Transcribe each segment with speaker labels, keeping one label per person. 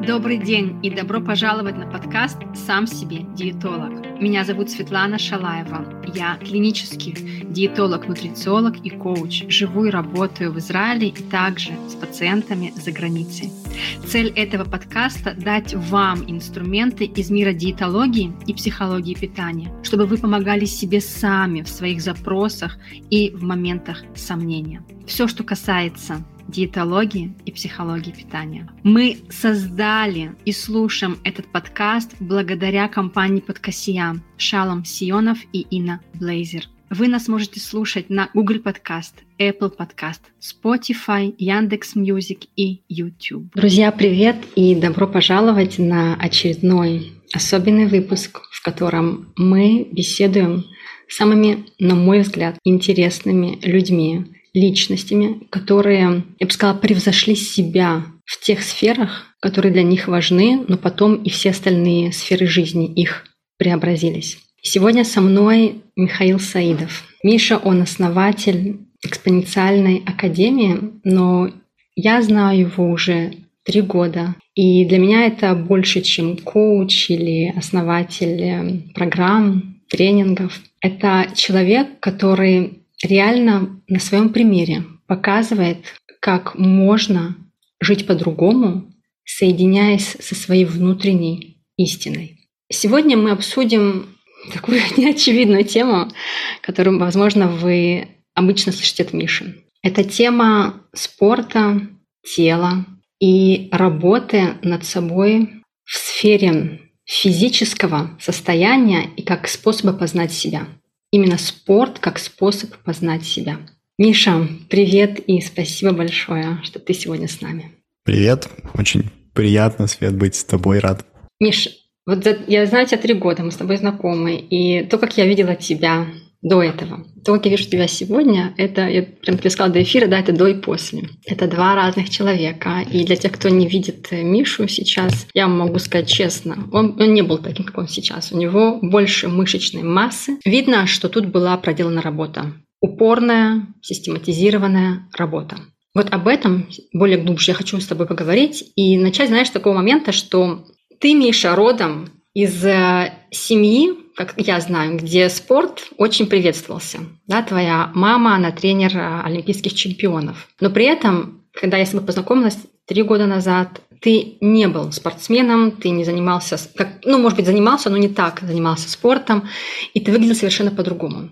Speaker 1: Добрый день и добро пожаловать на подкаст «Сам себе диетолог». Меня зовут Светлана Шалаева. Я клинический диетолог-нутрициолог и коуч. Живу и работаю в Израиле и также с пациентами за границей. Цель этого подкаста – дать вам инструменты из мира диетологии и психологии питания, чтобы вы помогали себе сами в своих запросах и в моментах сомнения. Все, что касается диетологии и психологии питания. Мы создали и слушаем этот подкаст благодаря компании Подкасия Шалом Сионов и Инна Блейзер. Вы нас можете слушать на Google Podcast, Apple Podcast, Spotify, Яндекс.Мьюзик и YouTube. Друзья, привет и добро пожаловать на очередной особенный выпуск, в котором мы беседуем с самыми, на мой взгляд, интересными людьми, личностями, которые, я бы сказала, превзошли себя в тех сферах, которые для них важны, но потом и все остальные сферы жизни их преобразились. Сегодня со мной Михаил Саидов. Миша, он основатель экспоненциальной академии, но я знаю его уже 3 года. И для меня это больше, чем коуч или основатель программ, тренингов. Это человек, который реально на своем примере показывает, как можно жить по-другому, соединяясь со своей внутренней истиной. Сегодня мы обсудим такую неочевидную тему, которую, возможно, вы обычно слышите от Миши. Это тема спорта, тела и работы над собой в сфере физического состояния и как способа познать себя. Именно спорт как способ познать себя. Миша, привет и спасибо большое, что ты сегодня с нами.
Speaker 2: Привет, очень приятно, Свет, быть с тобой, рад.
Speaker 1: Миш, я знаю тебя 3 года, мы с тобой знакомы, и то, как я видела тебя до этого, то, как я вижу тебя сегодня, это, я прям тебе сказала до эфира, да, это до и после. Это 2 разных человека, и для тех, кто не видит Мишу сейчас, я вам могу сказать честно, он не был таким, как он сейчас. У него больше мышечной массы. Видно, что тут была проделана работа. Упорная, систематизированная работа. Вот об этом более глубже я хочу с тобой поговорить и начать, знаешь, с такого момента, что ты, Миша, родом из семьи, как я знаю, где спорт очень приветствовался. Да, твоя мама, она тренер олимпийских чемпионов. Но при этом, когда я с тобой познакомилась 3 года назад, ты не был спортсменом, ты не занимался, может быть, занимался, но не так занимался спортом, и ты выглядел совершенно по-другому.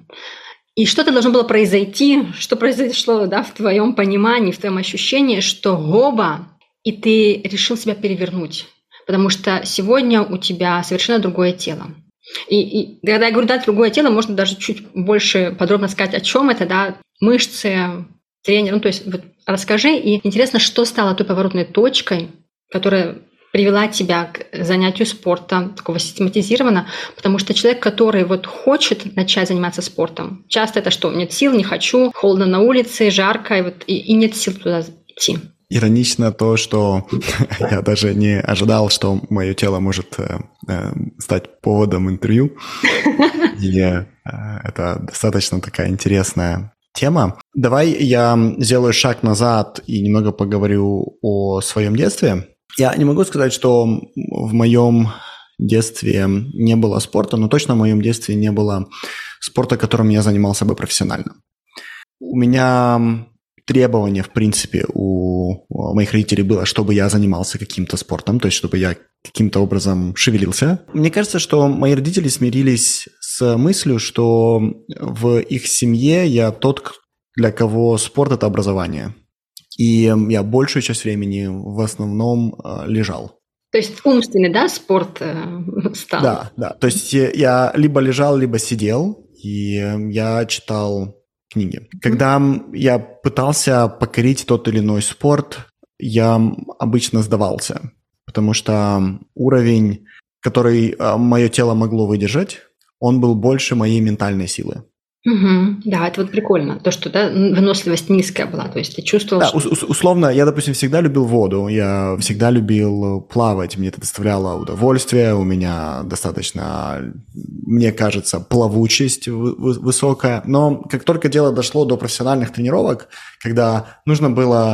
Speaker 1: И что-то должно было произойти, что произошло, да, в твоем понимании, в твоем ощущении, что гоба, и ты решил себя перевернуть. Потому что сегодня у тебя совершенно другое тело. И когда я говорю, да, другое тело, можно даже чуть больше подробно сказать, о чем это, да, мышцы, тренер. То есть вот расскажи, и интересно, что стало той поворотной точкой, которая привела тебя к занятию спортом, такого систематизированно, потому что человек, который вот хочет начать заниматься спортом, часто это что? Нет сил, не хочу, холодно на улице, жарко, и нет сил туда идти.
Speaker 2: Иронично то, что я даже не ожидал, что мое тело может стать поводом интервью. И это достаточно такая интересная тема. Давай я сделаю шаг назад и немного поговорю о своем детстве. Я не могу сказать, что в моем детстве не было спорта, но точно в моем детстве не было спорта, которым я занимался бы профессионально. У меня требование, в принципе, у моих родителей было, чтобы я занимался каким-то спортом, то есть чтобы я каким-то образом шевелился. Мне кажется, что мои родители смирились с мыслью, что в их семье я тот, для кого спорт – это образование. И я большую часть времени в основном лежал.
Speaker 1: То есть умственный, да, спорт стал?
Speaker 2: Да. То есть я либо лежал, либо сидел, и я читал книги. Когда я пытался покорить тот или иной спорт, я обычно сдавался, потому что уровень, который мое тело могло выдержать, он был больше моей ментальной силы.
Speaker 1: Угу. Да, это вот прикольно. То, что выносливость низкая была. То есть ты чувствовал,
Speaker 2: что... условно, я, допустим, всегда любил воду, я всегда любил плавать, мне это доставляло удовольствие, у меня достаточно, мне кажется, плавучесть высокая. Но как только дело дошло до профессиональных тренировок, когда нужно было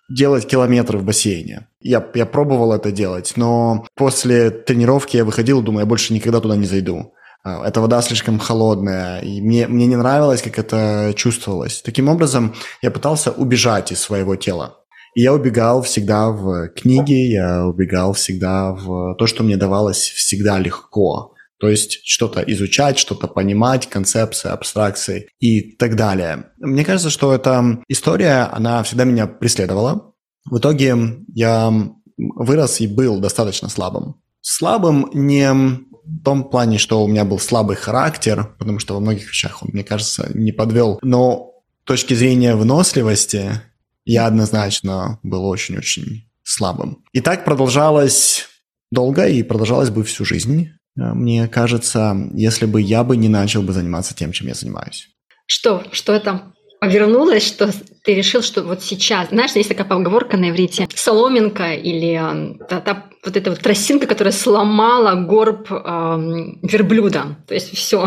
Speaker 2: делать километры в бассейне. Я пробовал это делать, но после тренировки я выходил и думаю, я больше никогда туда не зайду. Эта вода слишком холодная, и мне не нравилось, как это чувствовалось. Таким образом, я пытался убежать из своего тела. И я убегал всегда в книги, я убегал всегда в то, что мне давалось всегда легко. То есть что-то изучать, что-то понимать, концепции, абстракции и так далее. Мне кажется, что эта история, она всегда меня преследовала. В итоге я вырос и был достаточно слабым. Слабым не в том плане, что у меня был слабый характер, потому что во многих вещах он, мне кажется, не подвел. Но с точки зрения выносливости я однозначно был очень-очень слабым. И так продолжалось долго и продолжалось бы всю жизнь. Мне кажется, если бы я бы не начал бы заниматься тем, чем я занимаюсь.
Speaker 1: Что это повернулось, что ты решил, что вот сейчас, знаешь, есть такая поговорка на иврите, соломинка или вот эта вот тростинка, которая сломала горб верблюда. То есть все.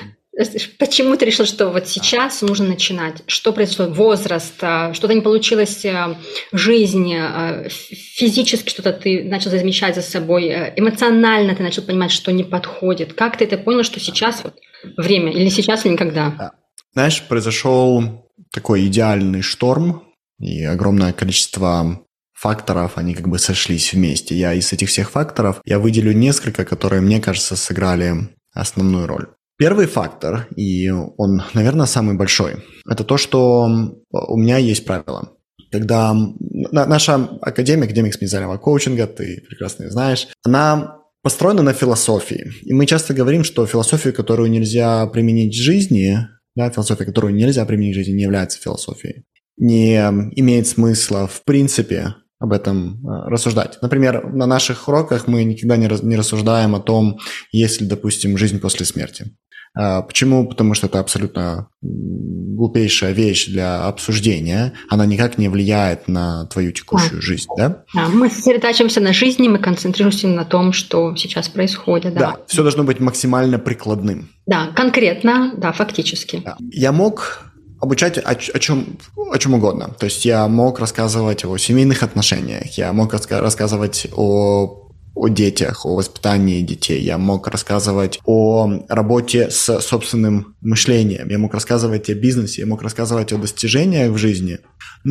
Speaker 1: Почему ты решил, что вот сейчас нужно начинать? Что произошло? Возраст, что-то не получилось в жизни, физически что-то ты начал замечать за собой, эмоционально ты начал понимать, что не подходит. Как ты это понял, что сейчас вот время, или сейчас, или никогда?
Speaker 2: Знаешь, произошел такой идеальный шторм, и огромное количество факторов, они как бы сошлись вместе. Из этих всех факторов я выделю несколько, которые, мне кажется, сыграли основную роль. Первый фактор, и он, наверное, самый большой, это то, что у меня есть правило. Когда наша академия специального коучинга, ты прекрасно ее знаешь, она построена на философии. И мы часто говорим, что философию, которую нельзя применить в жизни, философия, которую нельзя применить в жизни, не является философией. Не имеет смысла, в принципе, об этом рассуждать. Например, на наших уроках мы никогда не рассуждаем о том, есть ли, допустим, жизнь после смерти. Почему? Потому что это абсолютно глупейшая вещь для обсуждения. Она никак не влияет на твою текущую жизнь, да?
Speaker 1: Да, мы сосредотачиваемся на жизни, мы концентрируемся на том, что сейчас происходит.
Speaker 2: Да, все должно быть максимально прикладным.
Speaker 1: Да, конкретно, да, фактически.
Speaker 2: Да. Я мог обучать о чем угодно. То есть я мог рассказывать о семейных отношениях, я мог рассказывать о детях, о воспитании детей, я мог рассказывать о работе с собственным мышлением, я мог рассказывать о бизнесе, я мог рассказывать о достижениях в жизни.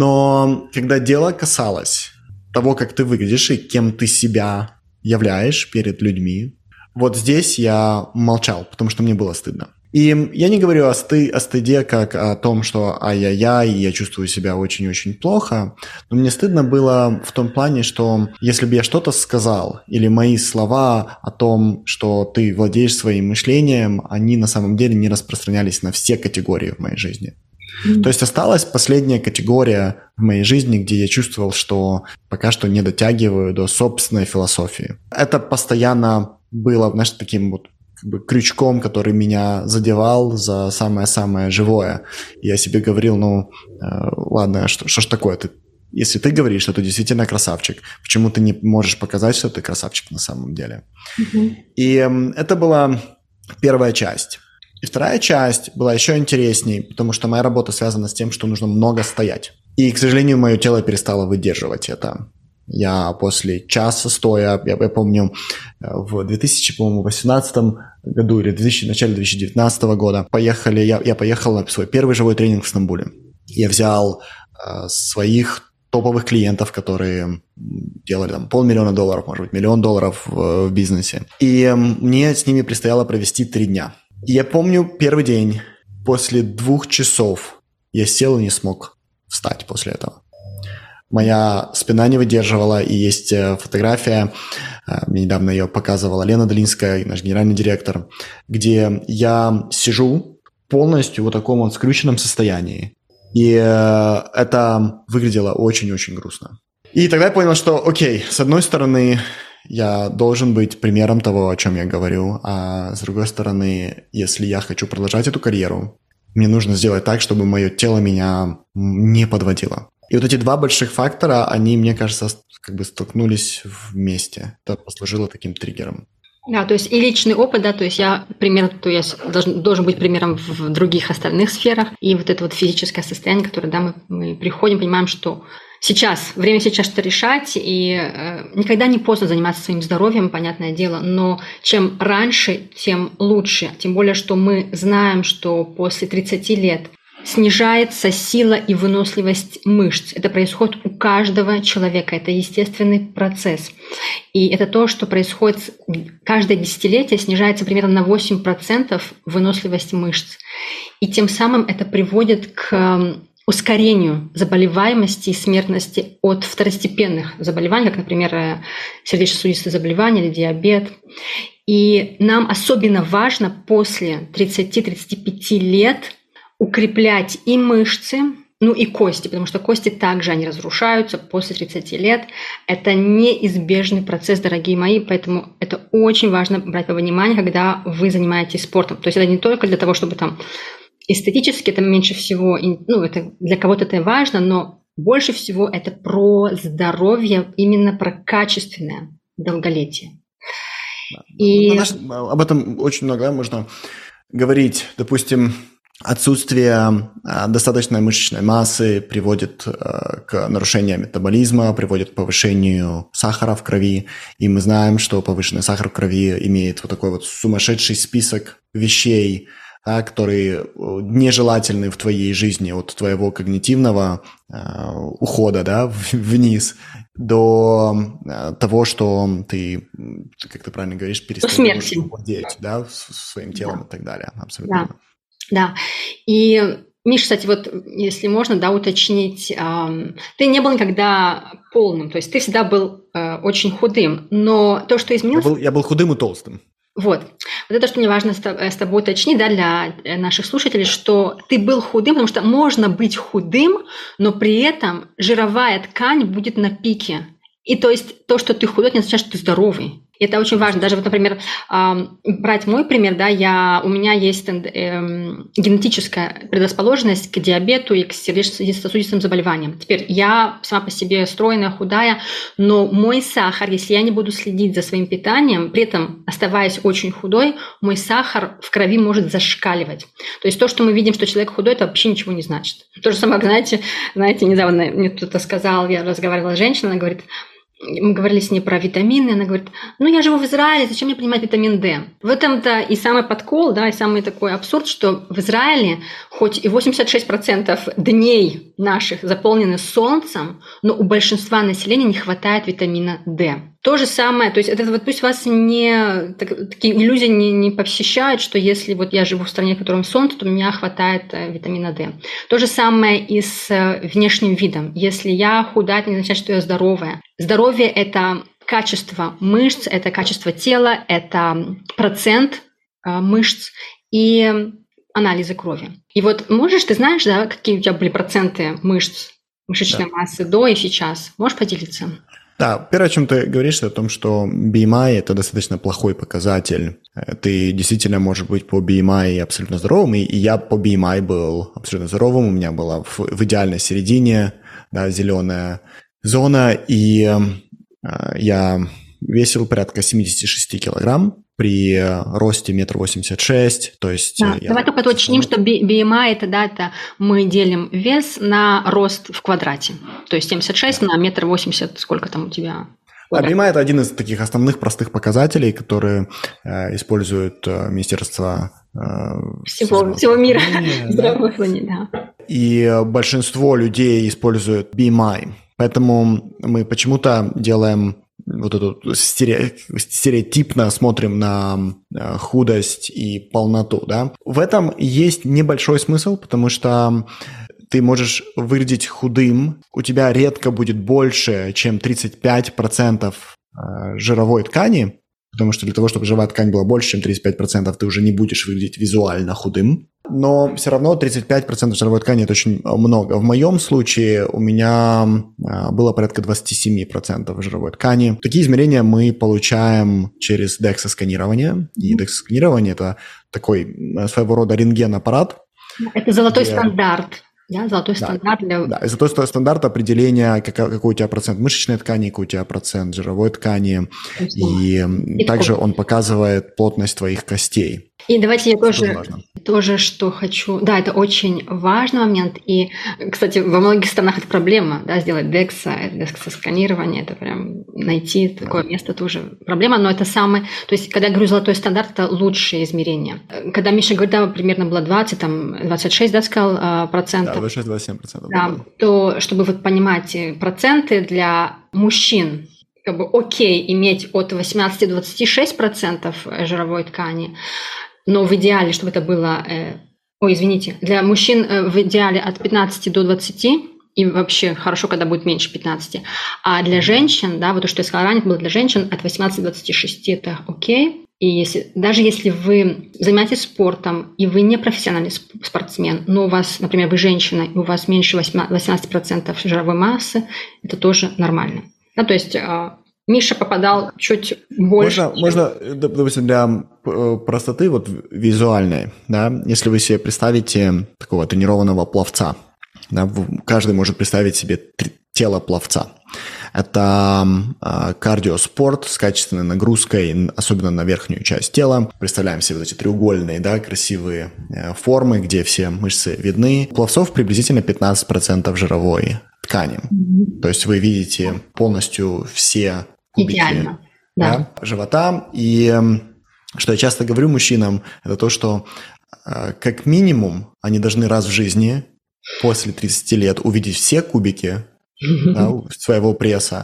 Speaker 2: Но когда дело касалось того, как ты выглядишь и кем ты себя являешь перед людьми, вот здесь я молчал, потому что мне было стыдно. И я не говорю о стыде как о том, что ай-яй-яй, я чувствую себя очень-очень плохо, но мне стыдно было в том плане, что если бы я что-то сказал, или мои слова о том, что ты владеешь своим мышлением, они на самом деле не распространялись на все категории в моей жизни. То есть осталась последняя категория в моей жизни, где я чувствовал, что пока что не дотягиваю до собственной философии. Это постоянно было, знаешь, таким вот как бы крючком, который меня задевал за самое-самое живое. И я себе говорил, ладно, что ж такое? Если ты говоришь, что ты действительно красавчик, почему ты не можешь показать, что ты красавчик на самом деле? И это была первая часть. И вторая часть была еще интересней, потому что моя работа связана с тем, что нужно много стоять. И, к сожалению, мое тело перестало выдерживать это. Я после часа стоя, я помню, в 2018 году или в начале 2019 года я поехал на свой первый живой тренинг в Стамбуле. Я взял своих топовых клиентов, которые делали там $500 000, может быть, $1 000 000 в бизнесе. И мне с ними предстояло провести 3 дня. И я помню первый день, после 2 часов я сел и не смог встать после этого. Моя спина не выдерживала, и есть фотография, мне недавно ее показывала Лена Долинская, наш генеральный директор, где я сижу полностью в таком вот скрюченном состоянии. И это выглядело очень-очень грустно. И тогда я понял, что, окей, с одной стороны, я должен быть примером того, о чем я говорю, а с другой стороны, если я хочу продолжать эту карьеру, мне нужно сделать так, чтобы мое тело меня не подводило. И вот эти 2 больших фактора, они, мне кажется, как бы столкнулись вместе. Это послужило таким триггером.
Speaker 1: Да, то есть и личный опыт, да, то есть я должен быть примером в других остальных сферах. И вот это вот физическое состояние, которое, да, мы приходим, понимаем, что время сейчас что решать, и никогда не поздно заниматься своим здоровьем, понятное дело, но чем раньше, тем лучше. Тем более, что мы знаем, что после 30 лет снижается сила и выносливость мышц. Это происходит у каждого человека, это естественный процесс. И это то, что происходит каждое десятилетие, снижается примерно на 8% выносливость мышц. И тем самым это приводит к ускорению заболеваемости и смертности от второстепенных заболеваний, как, например, сердечно-сосудистые заболевания или диабет. И нам особенно важно после 30-35 лет укреплять и мышцы, и кости, потому что кости также они разрушаются после 30 лет. Это неизбежный процесс, дорогие мои, поэтому это очень важно брать во внимание, когда вы занимаетесь спортом. То есть это не только для того, чтобы там эстетически это меньше всего, это для кого-то это важно, но больше всего это про здоровье, именно про качественное долголетие.
Speaker 2: И об этом очень много можно говорить. Допустим, отсутствие достаточной мышечной массы приводит к нарушению метаболизма, приводит к повышению сахара в крови. И мы знаем, что повышенный сахар в крови имеет вот такой вот сумасшедший список вещей, которые нежелательны в твоей жизни, от твоего когнитивного ухода вниз до того, что ты, как ты правильно говоришь, перестаешь владеть своим телом и так далее. Абсолютно.
Speaker 1: Да. И, Миш, кстати, вот если можно, уточнить, ты не был никогда полным, то есть ты всегда был очень худым, но то, что изменилось...
Speaker 2: Я был худым и толстым.
Speaker 1: Вот это, что мне важно с тобой уточнить, для наших слушателей, что ты был худым, потому что можно быть худым, но при этом жировая ткань будет на пике. И то есть то, что ты худой, не означает, что ты здоровый. И это очень важно. Даже вот, например, брать мой пример, у меня есть генетическая предрасположенность к диабету и к сердечно-сосудистым заболеваниям. Теперь я сама по себе стройная, худая, но мой сахар, если я не буду следить за своим питанием, при этом оставаясь очень худой, мой сахар в крови может зашкаливать. То есть то, что мы видим, что человек худой, это вообще ничего не значит. То же самое, знаете, недавно мне кто-то сказал, я разговаривала с женщиной, она говорит, мы говорили с ней про витамины, она говорит, я живу в Израиле, зачем мне принимать витамин D? В этом-то и самый подкол, и самый такой абсурд, что в Израиле хоть и 86% дней наших заполнены солнцем, но у большинства населения не хватает витамина D. То же самое, то есть это пусть вас такие иллюзии не посещают, что если я живу в стране, в которой солнце, то у меня хватает витамина D. То же самое и с внешним видом. Если я худая, это не означает, что я здоровая. Здоровье – это качество мышц, это качество тела, это процент мышц и анализы крови. И ты знаешь, какие у тебя были проценты мышц, мышечной массы до и сейчас? Можешь поделиться?
Speaker 2: Да, первое, о чем ты говоришь, это о том, что BMI – это достаточно плохой показатель. Ты действительно можешь быть по BMI абсолютно здоровым, и я по BMI был абсолютно здоровым, у меня была в идеальной середине, зеленая зона, и я весил порядка 76 килограмм при росте 1,86 м, то есть...
Speaker 1: Давай только уточним, что BMI это мы делим вес на рост в квадрате, то есть 76 на 1,80 м, сколько там у тебя?
Speaker 2: BMI – это один из таких основных простых показателей, которые используют Министерство
Speaker 1: всего мира здравоохранения.
Speaker 2: И большинство людей используют BMI, поэтому мы почему-то делаем стереотипно смотрим на худость и полноту, В этом есть небольшой смысл, потому что ты можешь выглядеть худым, у тебя редко будет больше, чем 35% жировой ткани, потому что для того, чтобы жировая ткань была больше, чем 35%, ты уже не будешь выглядеть визуально худым. Но все равно 35% жировой ткани – это очень много. В моем случае у меня было порядка 27% жировой ткани. Такие измерения мы получаем через DEXA-сканирование. И DEXA-сканирование – это такой своего рода рентген-аппарат.
Speaker 1: Это золотой стандарт. Золотой стандарт
Speaker 2: золотой стандарт определения, какой у тебя процент мышечной ткани, какой у тебя процент жировой ткани. И также он показывает плотность твоих костей.
Speaker 1: И давайте я
Speaker 2: Тоже
Speaker 1: тоже что хочу. Да, это очень важный момент. И, кстати, во многих странах это проблема, да, сделать DEXA-сканирование, это прям найти такое место тоже проблема, но это самое... То есть, когда я говорю золотой стандарт, это лучшее измерение. Когда Миша говорит, да, примерно было 20, там, 26, да, сказал, процентов.
Speaker 2: Да, 26-27%.
Speaker 1: Да, то, чтобы вот понимать проценты для мужчин, как бы окей иметь от 18 до 26% жировой ткани, но в идеале, чтобы это было... для мужчин в идеале от 15 до 20, и вообще хорошо, когда будет меньше 15. А для женщин, да, вот то, что я сказала ранее, было для женщин от 18 до 26, это окей. И даже если вы занимаетесь спортом, и вы не профессиональный спортсмен, но у вас, например, вы женщина, и у вас меньше 18% жировой массы, это тоже нормально. Да, то есть Миша попадал чуть больше.
Speaker 2: Можно, допустим, для простоты вот визуальной, да, если вы себе представите такого тренированного пловца, да, каждый может представить себе тело пловца. Это кардиоспорт с качественной нагрузкой, особенно на верхнюю часть тела. Представляем себе вот эти треугольные, да, красивые формы, где все мышцы видны. У пловцов приблизительно 15% жировой ткани. То есть вы видите полностью все кубики живота. И что я часто говорю мужчинам, это то, что как минимум они должны раз в жизни после 30 лет увидеть все кубики, да, своего пресса,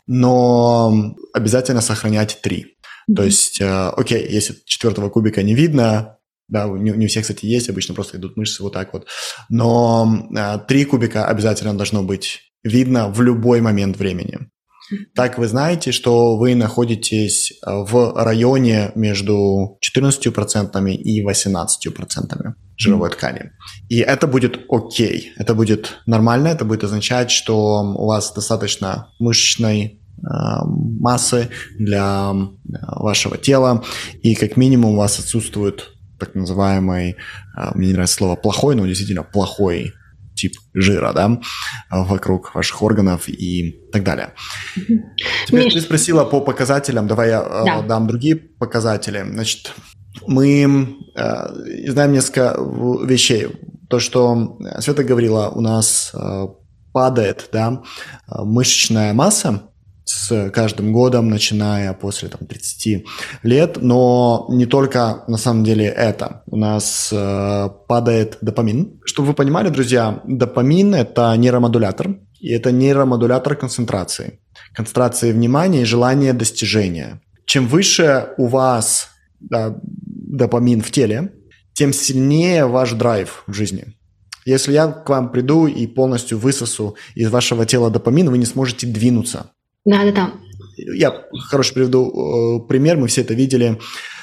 Speaker 2: но обязательно сохранять 3. То есть, окей, если 4-го кубика не видно, да, не у всех, кстати, есть, обычно просто идут мышцы вот так вот, но 3 кубика обязательно должно быть видно в любой момент времени. Так вы знаете, что вы находитесь в районе между 14% и 18% жировой ткани. И это будет окей, это будет нормально, это будет означать, что у вас достаточно мышечной массы для вашего тела, и как минимум у вас отсутствует так называемый, мне не нравится слово плохой, но действительно плохой тип жира, да, вокруг ваших органов и так далее. Теперь ты спросила по показателям, давай я дам другие показатели. Значит, мы знаем несколько вещей. То, что Света говорила, у нас падает, да, мышечная масса с каждым годом, начиная после 30 лет, но не только на самом деле это. У нас падает допамин. Чтобы вы понимали, друзья, допамин – это нейромодулятор, и это нейромодулятор концентрации внимания и желания достижения. Чем выше у вас допамин в теле, тем сильнее ваш драйв в жизни. Если я к вам приду и полностью высосу из вашего тела допамин, вы не сможете двинуться.
Speaker 1: Да.
Speaker 2: Я хороший приведу пример, мы все это видели.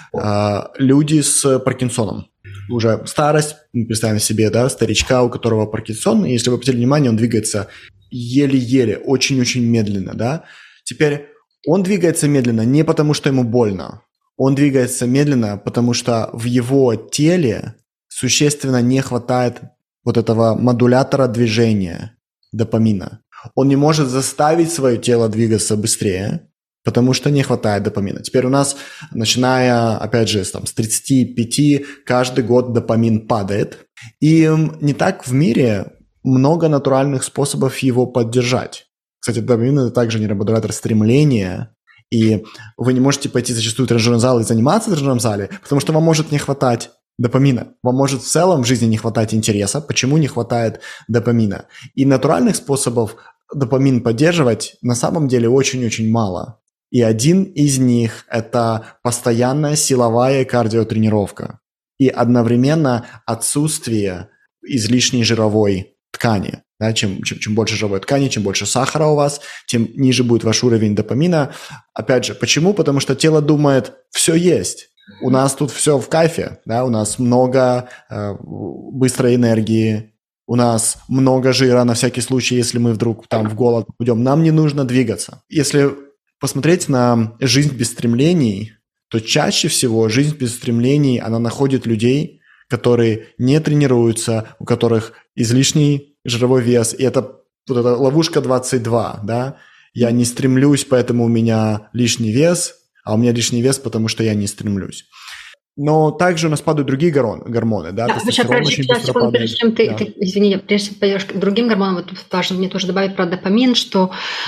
Speaker 2: Люди с Паркинсоном. Уже старость, мы представим себе, да, старичка, у которого Паркинсон, и если вы обратили внимание, он двигается еле-еле, очень-очень медленно, да. Теперь он двигается медленно не потому, что ему больно, он двигается медленно, потому что в его теле существенно не хватает вот этого модулятора движения, допамина. Он не может заставить свое тело двигаться быстрее, потому что не хватает допамина. Теперь у нас, начиная, опять же, с 35, каждый год допамин падает. И не так в мире много натуральных способов его поддержать. Кстати, допамин – это также нейромодулятор стремления. И вы не можете пойти зачастую в тренажерный зал и заниматься в тренажерном зале, потому что вам может не хватать допамина. Вам может в целом в жизни не хватать интереса. Почему не хватает допамина? И натуральных способов допамин поддерживать на самом деле очень-очень мало. И один из них – это постоянная силовая кардиотренировка и одновременно отсутствие излишней жировой ткани. Да, чем больше жировой ткани, чем больше сахара у вас, тем ниже будет ваш уровень допамина. Опять же, почему? Потому что тело думает, все есть. У нас тут все в кайфе, да, у нас много быстрой энергии, у нас много жира на всякий случай, если мы вдруг там в голод пойдем. Нам не нужно двигаться. Если посмотреть на жизнь без стремлений, то чаще всего жизнь без стремлений, она находит людей, которые не тренируются, у которых излишний жировой вес. И это вот эта ловушка 22, да. Я не стремлюсь, поэтому у меня лишний вес, а у меня лишний вес, потому что я не стремлюсь. Но также у нас падают другие гормоны, да, тестостерон очень быстро падает.
Speaker 1: Прежде чем извини, прежде чем пойдешь к другим гормонам, вот важно мне тоже добавить про допамин, что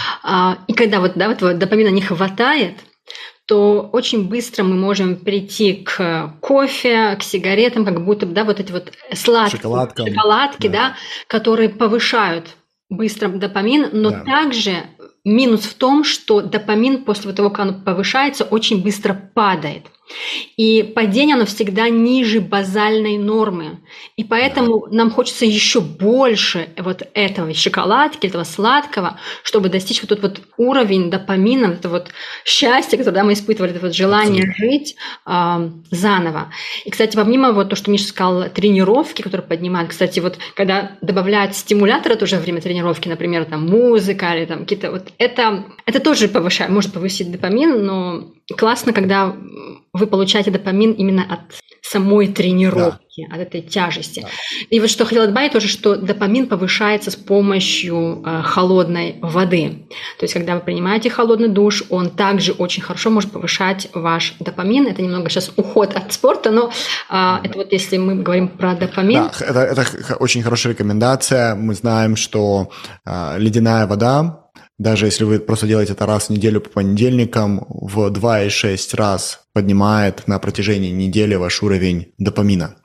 Speaker 1: и когда вот этого допамина не хватает, то очень быстро мы можем прийти к кофе, к сигаретам, как будто бы, да, вот эти вот шоколадки, да, которые повышают быстро допамин, но также минус в том, что допамин после того, как он повышается, очень быстро падает. И падение, оно всегда ниже базальной нормы. И поэтому нам хочется еще больше вот этого шоколадки, этого сладкого, чтобы достичь вот этот вот уровень допамина, это вот счастье, которое мы испытывали, это вот желание жить заново. И, кстати, помимо вот то, что Миша сказал, тренировки, которые поднимают, кстати, вот когда добавляют стимуляторы тоже во время тренировки, например, там музыка или там какие-то вот это тоже повышает, может повысить допамин, но классно, когда вы получаете допамин именно от самой тренировки, от этой тяжести. Да. И вот что хотела добавить тоже, что допамин повышается с помощью холодной воды. То есть, когда вы принимаете холодный душ, он также очень хорошо может повышать ваш допамин. Это немного сейчас уход от спорта, но это вот если мы говорим про допамин.
Speaker 2: Да, это очень хорошая рекомендация. Мы знаем, что ледяная вода, даже если вы просто делаете это раз в неделю по понедельникам, в 2,6 раз поднимает на протяжении недели ваш уровень допамина.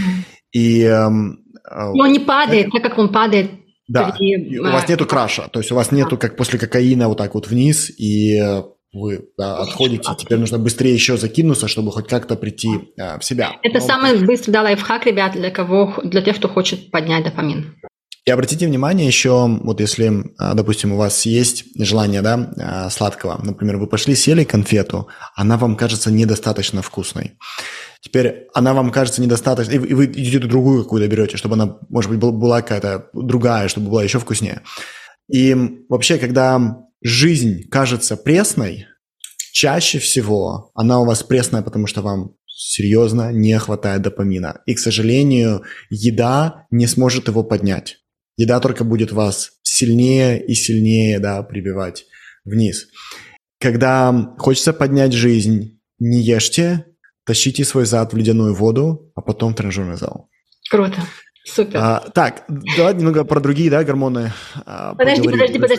Speaker 2: И
Speaker 1: он не падает, так как он падает.
Speaker 2: Да, у вас нету краша, то есть у вас нету, как после кокаина, вот так вот вниз, и вы отходите. Теперь нужно быстрее еще закинуться, чтобы хоть как-то прийти в себя.
Speaker 1: Это самый быстрый лайфхак, ребят, для тех, кто хочет поднять допамин.
Speaker 2: И обратите внимание еще, вот если, допустим, у вас есть желание, да, сладкого, например, вы пошли, съели конфету, она вам кажется недостаточно вкусной. Теперь она вам кажется недостаточно, и вы идете другую какую-то берете, чтобы она, может быть, была какая-то другая, чтобы была еще вкуснее. И вообще, когда жизнь кажется пресной, чаще всего она у вас пресная, потому что вам серьезно не хватает допамина. И, к сожалению, еда не сможет его поднять. Еда только будет вас сильнее и сильнее, да, прибивать вниз. Когда хочется поднять жизнь, не ешьте, тащите свой зад в ледяную воду, а потом в тренажерный зал.
Speaker 1: Круто. Супер.
Speaker 2: Так, давай немного про другие, да, гормоны.
Speaker 1: Подожди,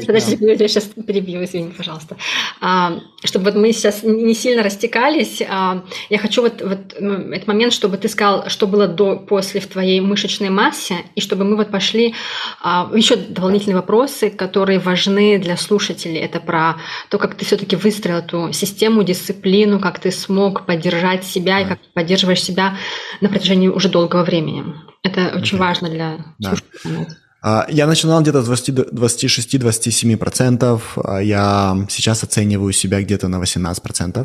Speaker 1: я сейчас перебью, извини, пожалуйста. Чтобы вот мы сейчас не сильно растекались, я хочу вот этот момент, чтобы ты сказал, что было после в твоей мышечной массе, и чтобы мы вот пошли еще дополнительные вопросы, которые важны для слушателей. Это про то, как ты все-таки выстроил эту систему, дисциплину, как ты смог поддержать себя и как ты поддерживаешь себя на протяжении уже долгого времени. Это очень важно для слушателей.
Speaker 2: Я начинал где-то с 26-27%. Я сейчас оцениваю себя где-то на 18%.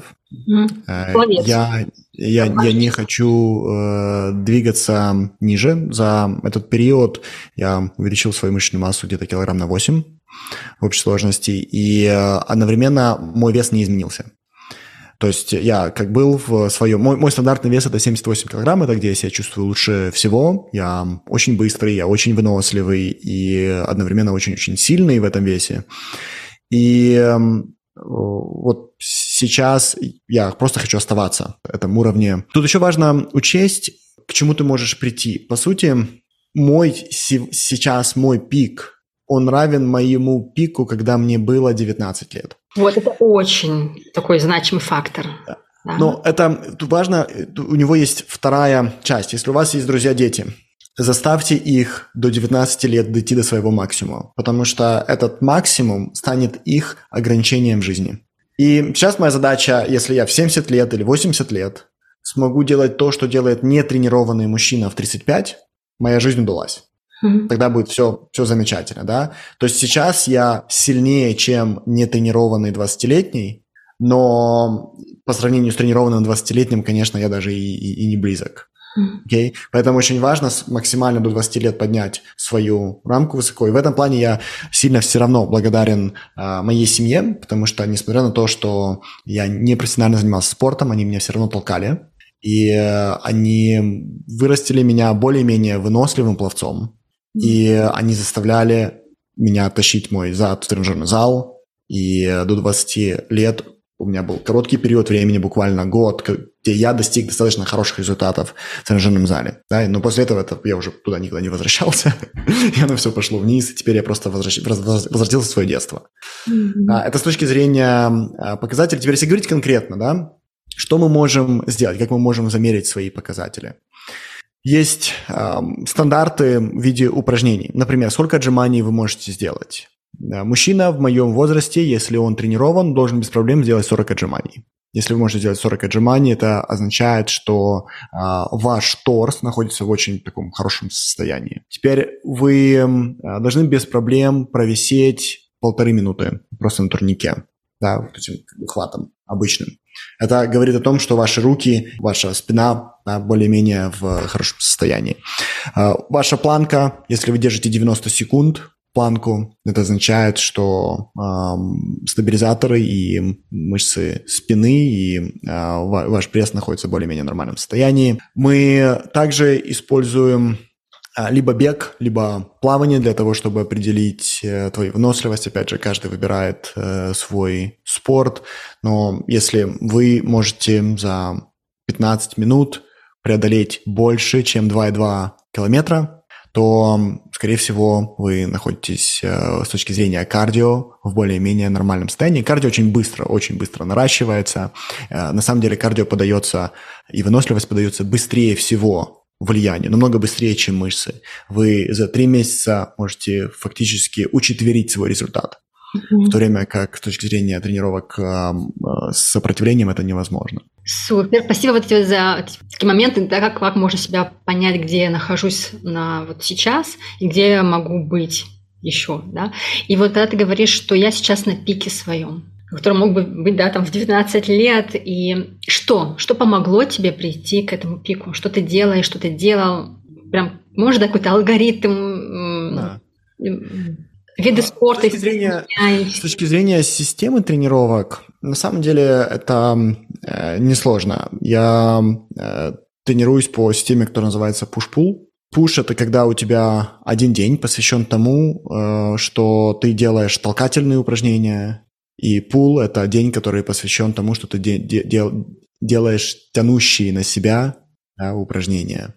Speaker 2: Я не хочу двигаться ниже. За этот период я увеличил свою мышечную массу где-то килограмм на 8 в общей сложности. И одновременно мой вес не изменился. То есть я как был в своем... Мой стандартный вес – это 78 килограмм, это где я себя чувствую лучше всего. Я очень быстрый, я очень выносливый и одновременно очень-очень сильный в этом весе. И вот сейчас я просто хочу оставаться на этом уровне. Тут еще важно учесть, к чему ты можешь прийти. По сути, сейчас мой пик, он равен моему пику, когда мне было 19 лет.
Speaker 1: Вот это очень такой значимый фактор.
Speaker 2: Да. Но это важно, у него есть вторая часть. Если у вас есть друзья-дети, заставьте их до 19 лет дойти до своего максимума, потому что этот максимум станет их ограничением в жизни. И сейчас моя задача, если я в 70 лет или 80 лет смогу делать то, что делает нетренированный мужчина в 35, моя жизнь удалась. Тогда будет все замечательно, да? То есть сейчас я сильнее, чем нетренированный 20-летний, но по сравнению с тренированным 20-летним, конечно, я даже и не близок. Okay? Поэтому очень важно максимально до 20 лет поднять свою рамку высоко. И в этом плане я сильно все равно благодарен моей семье, потому что, несмотря на то, что я не профессионально занимался спортом, они меня все равно толкали. И они вырастили меня более-менее выносливым пловцом. И они заставляли меня тащить мой зад в тренажерный зал. И до 20 лет У меня был короткий период времени, буквально год, где я достиг достаточно хороших результатов в тренажерном зале. Да? Но после этого я уже туда никогда не возвращался. И оно все пошло вниз, и теперь я просто возвратился в свое детство. Это с точки зрения показателей. Теперь, если говорить конкретно, да, что мы можем сделать, как мы можем замерить свои показатели? Есть стандарты в виде упражнений. Например, сколько отжиманий вы можете сделать? Мужчина в моем возрасте, если он тренирован, должен без проблем сделать 40 отжиманий. Если вы можете сделать 40 отжиманий, это означает, что ваш торс находится в очень таком хорошем состоянии. Теперь вы должны без проблем провисеть 1,5 минуты просто на турнике, да, вот этим хватом обычным. Это говорит о том, что ваши руки, ваша спина более-менее в хорошем состоянии. Ваша планка, если вы держите 90 секунд, планку, это означает, что стабилизаторы и мышцы спины и ваш пресс находятся в более-менее нормальном состоянии. Мы также используем либо бег, либо плавание для того, чтобы определить твою выносливость. Опять же, каждый выбирает свой спорт, но если вы можете за 15 минут преодолеть больше, чем 2,2 километра, то, скорее всего, вы находитесь с точки зрения кардио в более-менее нормальном состоянии. Кардио очень быстро наращивается. На самом деле кардио подается и выносливость подается быстрее всего влиянию, намного быстрее, чем мышцы. Вы за 3 месяца можете фактически учетверить свой результат. В то время как с точки зрения тренировок с сопротивлением это невозможно.
Speaker 1: Супер, спасибо вот за такие моменты, да, как можно себя понять, где я нахожусь вот сейчас и где я могу быть еще, да. И вот когда ты говоришь, что я сейчас на пике своем, который мог бы быть, да, там в 19 лет, и что помогло тебе прийти к этому пику? Что ты делаешь, что ты делал? Прям, может, да, какой-то алгоритм? Да. Виды спорта.
Speaker 2: С точки зрения системы тренировок, на самом деле это несложно. Я тренируюсь по системе, которая называется push-pull. Push – это когда у тебя один день посвящен тому, что ты делаешь толкательные упражнения, и pull – это день, который посвящен тому, что ты делаешь тянущие на себя упражнения.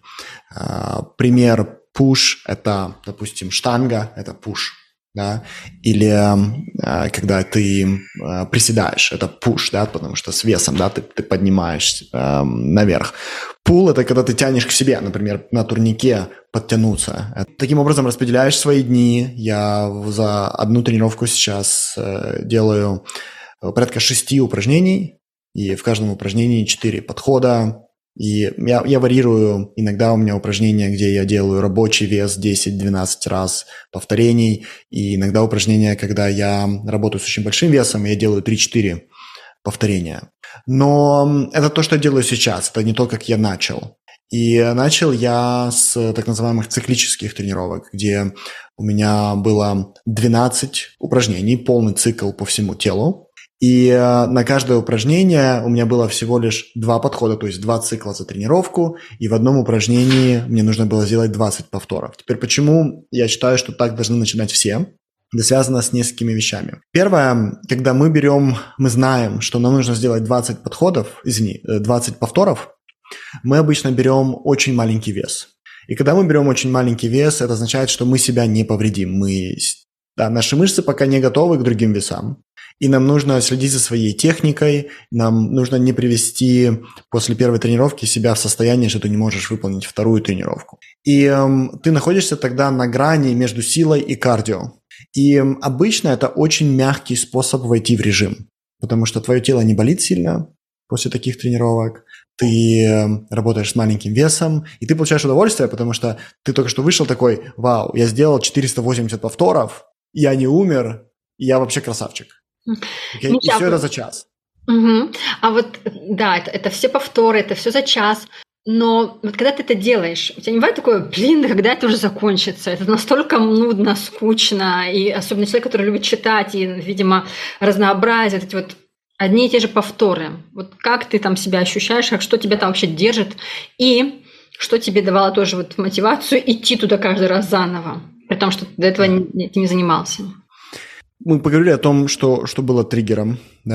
Speaker 2: Пример push – это, допустим, штанга – это push. Да? Или когда ты приседаешь, это push, да, потому что с весом, да, ты поднимаешь наверх. Pull – это когда ты тянешь к себе, например, на турнике подтянуться. Таким образом распределяешь свои дни. Я за одну тренировку сейчас делаю порядка 6 упражнений, и в каждом упражнении 4 подхода. И я варьирую, иногда у меня упражнения, где я делаю рабочий вес 10-12 раз повторений, и иногда упражнения, когда я работаю с очень большим весом, я делаю 3-4 повторения. Но это то, что я делаю сейчас, это не то, как я начал. И начал я с так называемых циклических тренировок, где у меня было 12 упражнений, полный цикл по всему телу. И на каждое упражнение у меня было всего лишь 2 подхода, то есть 2 цикла за тренировку, и в одном упражнении мне нужно было сделать 20 повторов. Теперь почему я считаю, что так должны начинать все? Это связано с несколькими вещами. Первое, когда мы знаем, что нам нужно сделать 20 повторов, мы обычно берем очень маленький вес. И когда мы берем очень маленький вес, это означает, что мы себя не повредим. Наши мышцы пока не готовы к другим весам. И нам нужно следить за своей техникой, нам нужно не привести после первой тренировки себя в состояние, что ты не можешь выполнить вторую тренировку. И ты находишься тогда на грани между силой и кардио. И обычно это очень мягкий способ войти в режим, потому что твое тело не болит сильно после таких тренировок, ты работаешь с маленьким весом, и ты получаешь удовольствие, потому что ты только что вышел такой: вау, я сделал 480 повторов, я не умер, я вообще красавчик. Okay? И все это за час.
Speaker 1: Угу. А вот, да, это все повторы, это все за час. Но вот когда ты это делаешь, у тебя не бывает такое: блин, когда это уже закончится? Это настолько нудно, скучно. И особенно человек, который любит читать, и, видимо, разнообразие, вот эти вот одни и те же повторы. Вот как ты там себя ощущаешь, что тебя там вообще держит, и что тебе давало тоже вот мотивацию идти туда каждый раз заново, при том, что до этого ты не занимался?
Speaker 2: Мы поговорили о том, что было триггером, да?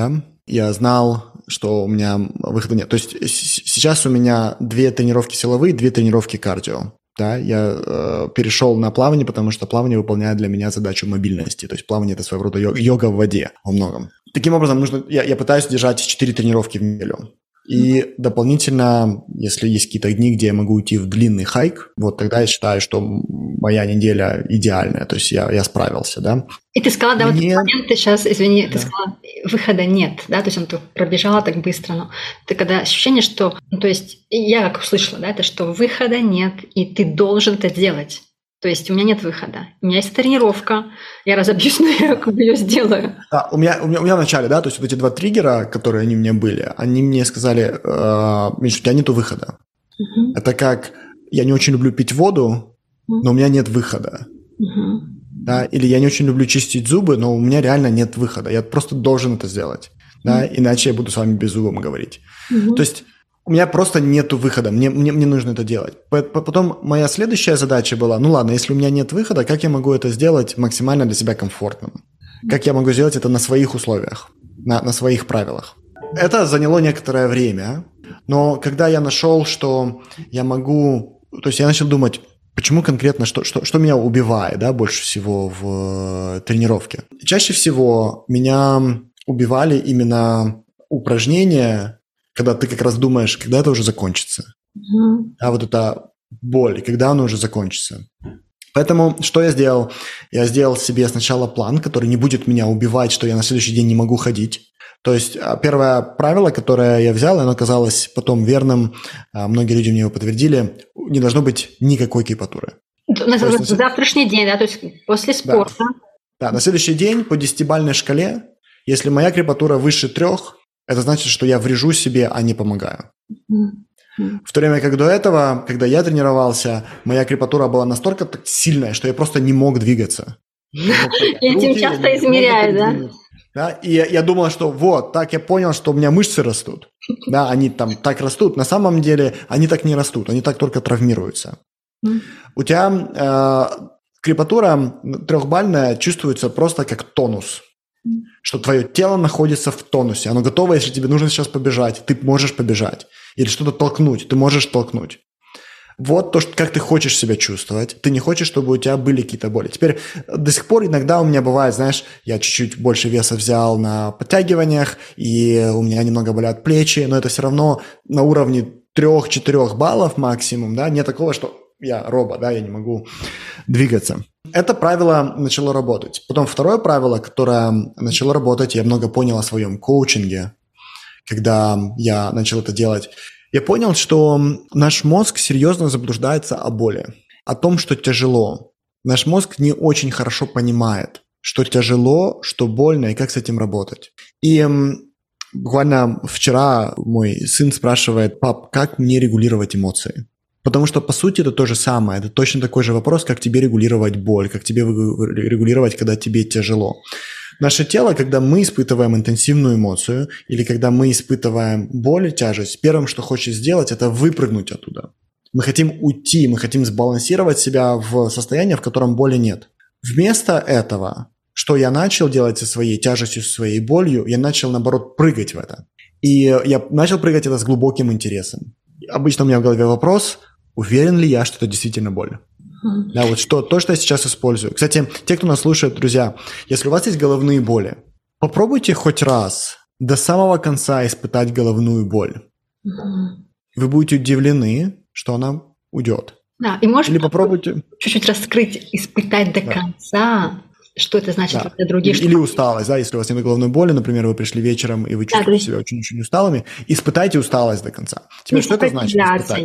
Speaker 2: я знал, что у меня выхода нет. То есть сейчас у меня 2 тренировки силовые, 2 тренировки кардио. Да, я перешел на плавание, потому что плавание выполняет для меня задачу мобильности. То есть плавание – это своего рода йога в воде во многом. Таким образом, я пытаюсь держать 4 тренировки в неделю. И дополнительно, если есть какие-то дни, где я могу уйти в длинный хайк, вот тогда я считаю, что моя неделя идеальная, то есть я справился, да.
Speaker 1: И ты сказала, да, вот в момент ты сейчас, извини, ты сказала, выхода нет, да, то есть он пробежала так быстро, но ты когда ощущение, что, ну, то есть я как услышала, да, это что выхода нет, и ты должен это делать. То есть у меня нет выхода. У меня есть тренировка, я разобьюсь, но я как бы ее сделаю.
Speaker 2: Да, у меня в начале, да, то есть вот эти 2 триггера, которые они у меня были, они мне сказали, Миш, у тебя нету выхода. Это как, я не очень люблю пить воду, но у меня нет выхода. Да, или я не очень люблю чистить зубы, но у меня реально нет выхода. Я просто должен это сделать, да, иначе я буду с вами беззубым говорить. То есть у меня просто нету выхода, мне нужно это делать. Потом моя следующая задача была, ну ладно, если у меня нет выхода, как я могу это сделать максимально для себя комфортным? Как я могу сделать это на своих условиях, на своих правилах? Это заняло некоторое время, но когда я нашел, что я могу... То есть я начал думать, почему конкретно, что меня убивает, да, больше всего в тренировке. Чаще всего меня убивали именно упражнения, когда ты как раз думаешь, когда это уже закончится. А вот эта боль, когда она уже закончится. Поэтому что я сделал? Я сделал себе сначала план, который не будет меня убивать, что я на следующий день не могу ходить. То есть первое правило, которое я взял, оно оказалось потом верным, многие люди мне его подтвердили, не должно быть никакой крепатуры.
Speaker 1: На завтрашний день, да, то есть после спорта.
Speaker 2: Да, на следующий день по 10-бальной шкале, если моя крепатура выше 3, это значит, что я врежу себе, а не помогаю. В то время как до этого, когда я тренировался, моя крепатура была настолько сильная, что я просто не мог двигаться.
Speaker 1: И этим часто измеряют, да?
Speaker 2: Да? И я думал, что вот, так я понял, что у меня мышцы растут. Да, они там так растут. На самом деле они так не растут, они так только травмируются. У тебя крепатура 3-бальная чувствуется просто как тонус. Что твое тело находится в тонусе. Оно готово, если тебе нужно сейчас побежать, ты можешь побежать. Или что-то толкнуть, ты можешь толкнуть. Вот то, как ты хочешь себя чувствовать. Ты не хочешь, чтобы у тебя были какие-то боли. Теперь до сих пор иногда у меня бывает, знаешь, я чуть-чуть больше веса взял на подтягиваниях, и у меня немного болят плечи, но это все равно на уровне 3-4 баллов максимум, да, не такого, что я робот, да, я не могу двигаться. Это правило начало работать. Потом второе правило, которое начало работать, я много понял о своем коучинге, когда я начал это делать. Я понял, что наш мозг серьезно заблуждается о боли, о том, что тяжело. Наш мозг не очень хорошо понимает, что тяжело, что больно и как с этим работать. И буквально вчера мой сын спрашивает: пап, как мне регулировать эмоции? Потому что, по сути, это то же самое. Это точно такой же вопрос, как тебе регулировать боль, как тебе регулировать, когда тебе тяжело. Наше тело, когда мы испытываем интенсивную эмоцию или когда мы испытываем боль и тяжесть, первым, что хочет сделать, это выпрыгнуть оттуда. Мы хотим уйти, мы хотим сбалансировать себя в состоянии, в котором боли нет. Вместо этого, что я начал делать со своей тяжестью, со своей болью, я начал, наоборот, прыгать в это. И я начал прыгать это с глубоким интересом. Обычно у меня в голове вопрос: уверен ли я, что это действительно боль? Да, вот то, что я сейчас использую. Кстати, те, кто нас слушает, друзья, если у вас есть головные боли, попробуйте хоть раз до самого конца испытать головную боль. Вы будете удивлены, что она уйдет.
Speaker 1: Да, и можешь
Speaker 2: или попробуйте
Speaker 1: чуть-чуть раскрыть, испытать до конца, что это значит для других.
Speaker 2: Или усталость, да, если у вас нет головной боли, например, вы пришли вечером и вы чувствуете себя очень-очень усталыми, испытайте усталость до конца. Теперь, что это значит испытать?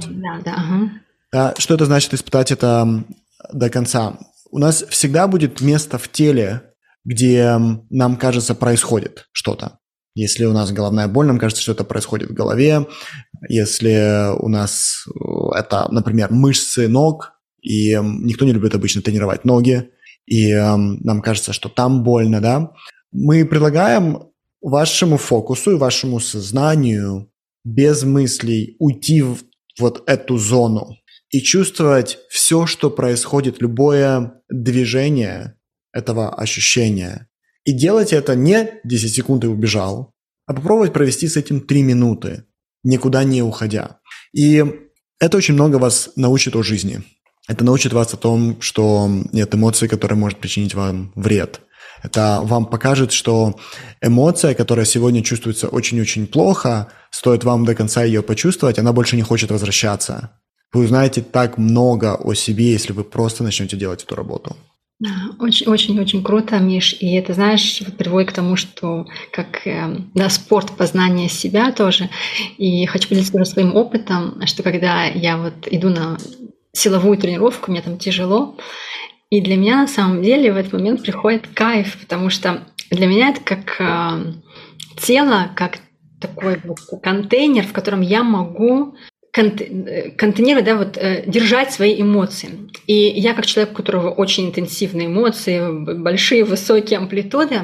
Speaker 2: Что это значит испытать это до конца? У нас всегда будет место в теле, где нам кажется происходит что-то. Если у нас головная боль, нам кажется, что это происходит в голове. Если у нас это, например, мышцы ног, и никто не любит обычно тренировать ноги, и нам кажется, что там больно, да, мы предлагаем вашему фокусу и вашему сознанию без мыслей уйти в вот эту зону и чувствовать все, что происходит, любое движение этого ощущения. И делать это не 10 секунд и убежал, а попробовать провести с этим 3 минуты, никуда не уходя. И это очень много вас научит о жизни. Это научит вас о том, что нет эмоций, которые может причинить вам вред. Это вам покажет, что эмоция, которая сегодня чувствуется очень-очень плохо, стоит вам до конца ее почувствовать, она больше не хочет возвращаться. Вы узнаете так много о себе, если вы просто начнете делать эту работу.
Speaker 1: Очень-очень-очень круто, Миш. И это, знаешь, приводит к тому, что как спорт познания себя тоже. И хочу поделиться тоже своим опытом, что когда я вот иду на силовую тренировку, мне там тяжело, и для меня на самом деле в этот момент приходит кайф, потому что для меня это как тело, как такой вот контейнер, в котором я могу контейнировать, да, вот, держать свои эмоции. И я как человек, у которого очень интенсивные эмоции, большие, высокие амплитуды,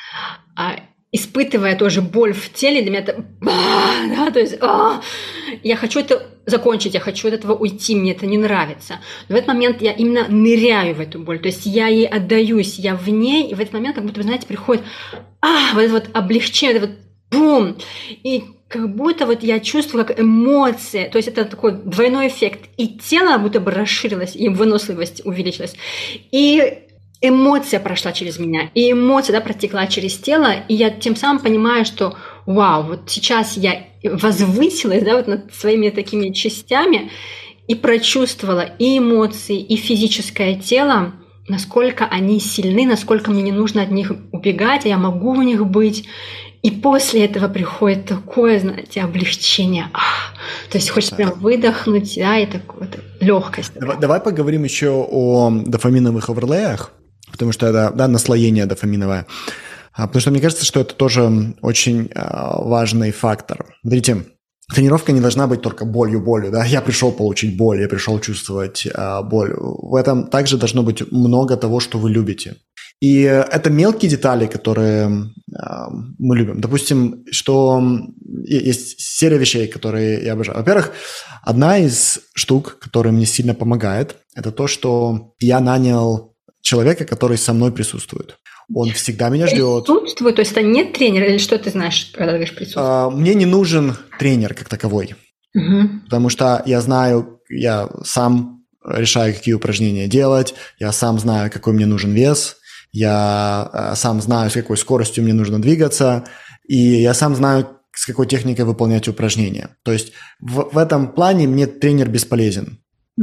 Speaker 1: испытывая тоже боль в теле, для меня это... Да, то есть я хочу это закончить, я хочу от этого уйти, мне это не нравится. Но в этот момент я именно ныряю в эту боль, то есть я ей отдаюсь, я в ней, и в этот момент, как будто, вы знаете, приходит вот это вот облегчение, вот бум, и как будто вот я чувствую, как эмоции, то есть это такой двойной эффект, и тело будто бы расширилось, и выносливость увеличилась, и эмоция прошла через меня, и эмоция, да, протекла через тело, и я тем самым понимаю, что вау, вот сейчас я возвысилась, да, вот над своими такими частями и прочувствовала и эмоции, и физическое тело, насколько они сильны, насколько мне не нужно от них убегать, а я могу у них быть. И после этого приходит такое, знаете, облегчение. То есть хочется прям выдохнуть, да, и такое легкость.
Speaker 2: Давай поговорим еще о дофаминовых оверлеях, потому что это, да, наслоение дофаминовое. Потому что мне кажется, что это тоже очень важный фактор. Смотрите, тренировка не должна быть только болью, да. Я пришел получить боль, я пришел чувствовать боль. В этом также должно быть много того, что вы любите. И это мелкие детали, которые мы любим. Допустим, что есть серия вещей, которые я обожаю. Во-первых, одна из штук, которая мне сильно помогает, это то, что я нанял человека, который со мной присутствует. Он всегда меня ждет.
Speaker 1: Присутствует? То есть это не тренер, или что ты знаешь, когда ты говоришь присутствует?
Speaker 2: Мне не нужен тренер как таковой, потому что я знаю, я сам решаю, какие упражнения делать, я сам знаю, какой мне нужен вес, я сам знаю, с какой скоростью мне нужно двигаться, и я сам знаю, с какой техникой выполнять упражнения. То есть в этом плане мне тренер бесполезен.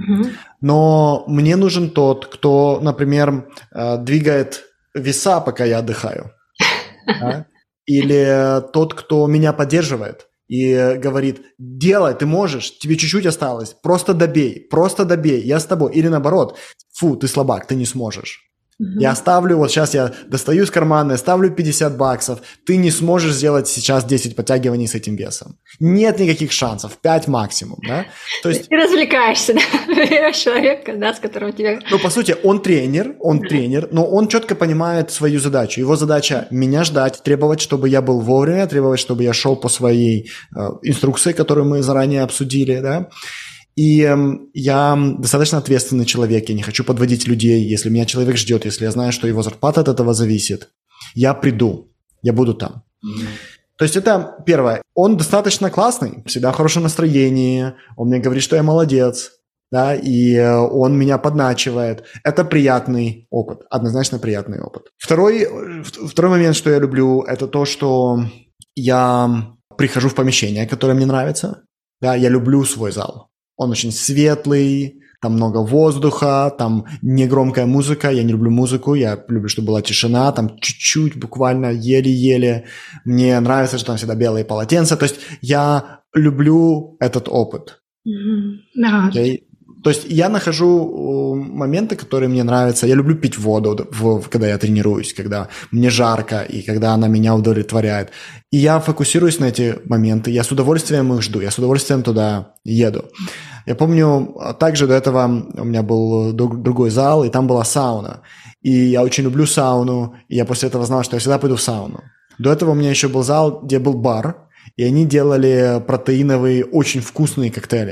Speaker 2: Но мне нужен тот, кто, например, двигает веса, пока я отдыхаю. Да? Или тот, кто меня поддерживает и говорит: делай, ты можешь, тебе чуть-чуть осталось, просто добей, я с тобой. Или наоборот: фу, ты слабак, ты не сможешь. Я ставлю, вот сейчас я достаю из кармана, ставлю $50, ты не сможешь сделать сейчас 10 подтягиваний с этим весом. Нет никаких шансов, 5 максимум, да? То есть...
Speaker 1: Ты развлекаешься, да? Человек, да, с которым тебе...
Speaker 2: Ну, по сути, он тренер, но он четко понимает свою задачу. Его задача меня ждать, требовать, чтобы я был вовремя, требовать, чтобы я шел по своей инструкции, которую мы заранее обсудили, да? И я достаточно ответственный человек, я не хочу подводить людей. Если меня человек ждет, если я знаю, что его зарплата от этого зависит, я приду, я буду там. То есть это первое. Он достаточно классный, всегда в хорошем настроении, он мне говорит, что я молодец, да, и он меня подначивает. Это приятный опыт, однозначно приятный опыт. Второй момент, что я люблю, это то, что я прихожу в помещение, которое мне нравится. Да, я люблю свой зал. Он очень светлый, там много воздуха, там негромкая музыка. Я не люблю музыку, я люблю, чтобы была тишина, там чуть-чуть, буквально еле-еле. Мне нравится, что там всегда белые полотенца. То есть я люблю этот опыт.
Speaker 1: Да.
Speaker 2: То есть я нахожу моменты, которые мне нравятся. Я люблю пить воду, когда я тренируюсь, когда мне жарко и когда она меня удовлетворяет. И я фокусируюсь на эти моменты, я с удовольствием их жду, я с удовольствием туда еду. Я помню, также до этого у меня был другой зал, и там была сауна. И я очень люблю сауну, и я после этого знал, что я всегда пойду в сауну. До этого у меня еще был зал, где был бар, и они делали протеиновые, очень вкусные коктейли.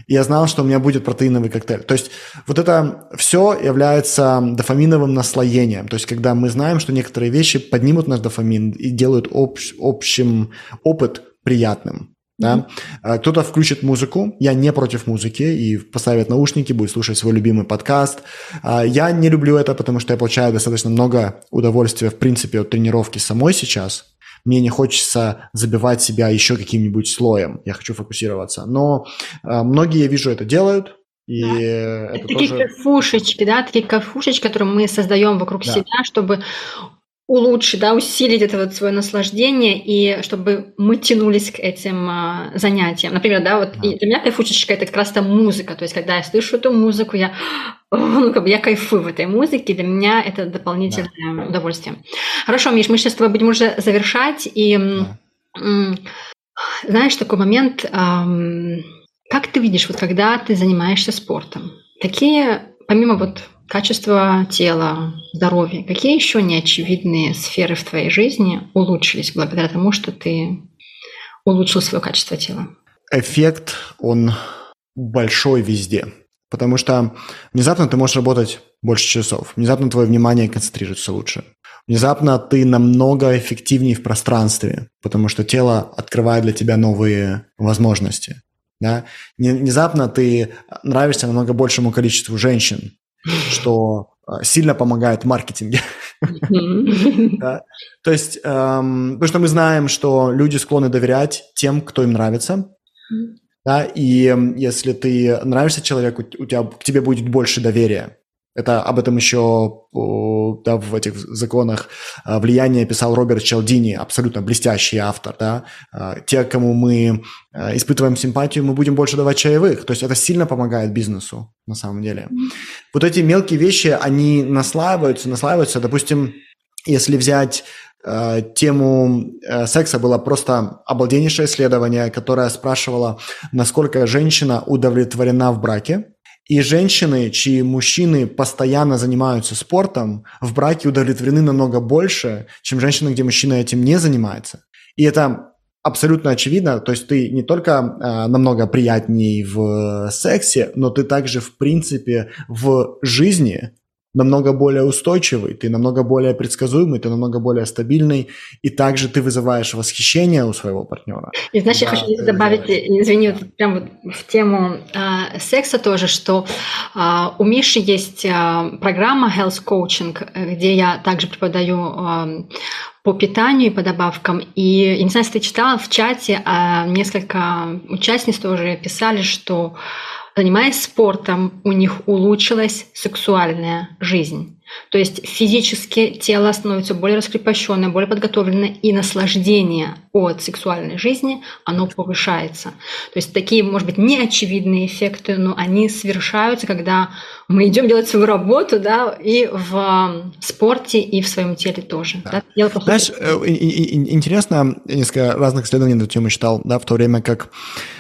Speaker 2: И я знал, что у меня будет протеиновый коктейль. То есть вот это все является дофаминовым наслоением. То есть когда мы знаем, что некоторые вещи поднимут наш дофамин и делают общим опыт приятным. Да? Кто-то включит музыку, я не против музыки, и поставит наушники, будет слушать свой любимый подкаст. Я не люблю это, потому что я получаю достаточно много удовольствия, в принципе, от тренировки самой сейчас. Мне не хочется забивать себя еще каким-нибудь слоем, я хочу фокусироваться. Но многие, я вижу, это делают. И это
Speaker 1: такие
Speaker 2: тоже...
Speaker 1: кайфушечки, да, такие кайфушечки, которые мы создаем вокруг себя, чтобы улучшить, да, усилить это вот свое наслаждение, и чтобы мы тянулись к этим занятиям. Например, да, вот и для меня кайфушечка – это как раз-то музыка. То есть, когда я слышу эту музыку, я кайфую в этой музыке, для меня это дополнительное удовольствие. Хорошо, Миш, мы сейчас с тобой будем уже завершать, и знаешь, такой момент, как ты видишь, вот когда ты занимаешься спортом, какие, помимо вот качества тела, здоровья, какие еще неочевидные сферы в твоей жизни улучшились благодаря тому, что ты улучшил свое качество тела?
Speaker 2: Эффект, он большой везде, потому что внезапно ты можешь работать больше часов, внезапно твое внимание концентрируется лучше, внезапно ты намного эффективнее в пространстве, потому что тело открывает для тебя новые возможности. Да? Внезапно ты нравишься намного большему количеству женщин, что сильно помогает в маркетинге. Да? То есть, потому что мы знаем, что люди склонны доверять тем, кто им нравится. Да? И если ты нравишься человеку, к тебе будет больше доверия. Об этом еще да, в этих законах влияния писал Роберт Чалдини, абсолютно блестящий автор. Да? Те, кому мы испытываем симпатию, мы будем больше давать чаевых. То есть это сильно помогает бизнесу на самом деле. Вот эти мелкие вещи, они наслаиваются. Допустим, если взять тему секса, было просто обалденнейшее исследование, которое спрашивало, насколько женщина удовлетворена в браке. И женщины, чьи мужчины постоянно занимаются спортом, в браке удовлетворены намного больше, чем женщины, где мужчина этим не занимается. И это абсолютно очевидно. То есть ты не только намного приятней в сексе, но ты также, в принципе, в жизни намного более устойчивый, ты намного более предсказуемый, ты намного более стабильный, и также ты вызываешь восхищение у своего партнера.
Speaker 1: И знаешь, я хочу добавить, извини, вот прям вот в тему секса тоже, что у Миши есть программа Health Coaching, где я также преподаю по питанию и по добавкам. И я не знаю, если ты читала в чате, несколько участниц тоже писали, что занимаясь спортом, у них улучшилась сексуальная жизнь. То есть физически тело становится более раскрепощенное, более подготовленное, и наслаждение от сексуальной жизни, оно повышается. То есть такие, может быть, неочевидные эффекты, но они совершаются, когда мы идем делать свою работу, да, и в спорте, и в своем теле тоже. Да. Да?
Speaker 2: Знаешь, интересно, несколько разных исследований на эту тему читал, да, в то время как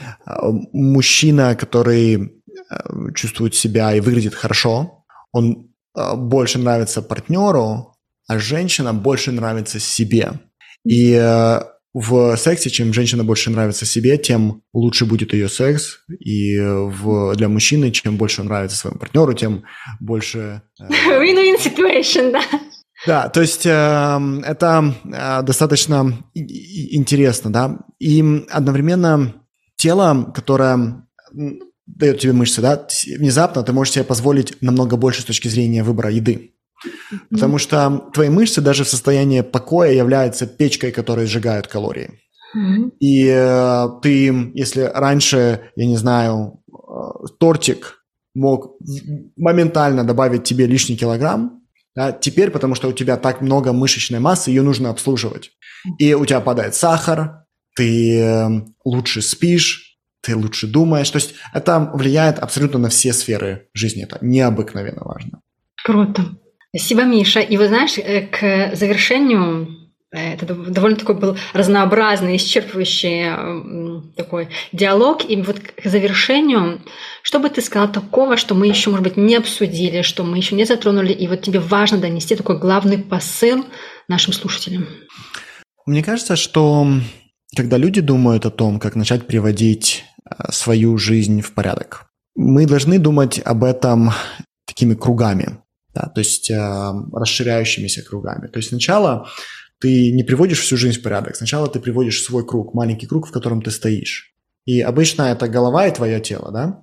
Speaker 2: мужчина, который чувствует себя и выглядит хорошо, он больше нравится партнеру, а женщина больше нравится себе. И в сексе, чем женщина больше нравится себе, тем лучше будет ее секс. И для мужчины, чем больше он нравится своему партнеру, тем больше...
Speaker 1: Win-win situation, да.
Speaker 2: Да, то есть это достаточно интересно, да. И одновременно тело, которое дает тебе мышцы, да, внезапно ты можешь себе позволить намного больше с точки зрения выбора еды. Потому что твои мышцы даже в состоянии покоя являются печкой, которая сжигает калории. И ты, если раньше, я не знаю, тортик мог моментально добавить тебе лишний килограмм, да, теперь, потому что у тебя так много мышечной массы, ее нужно обслуживать. И у тебя падает сахар, ты лучше спишь, ты лучше думаешь. То есть это влияет абсолютно на все сферы жизни. Это необыкновенно важно.
Speaker 1: Круто. Спасибо, Миша. И вы знаешь, к завершению, это довольно такой был разнообразный, исчерпывающий такой диалог. И вот к завершению, что бы ты сказала такого, что мы еще, может быть, не обсудили, что мы еще не затронули, и вот тебе важно донести такой главный посыл нашим слушателям?
Speaker 2: Мне кажется, что когда люди думают о том, как начать приводить свою жизнь в порядок. Мы должны думать об этом такими кругами, да, то есть расширяющимися кругами. То есть сначала ты не приводишь всю жизнь в порядок, сначала ты приводишь свой круг, маленький круг, в котором ты стоишь. И обычно это голова и твое тело, да?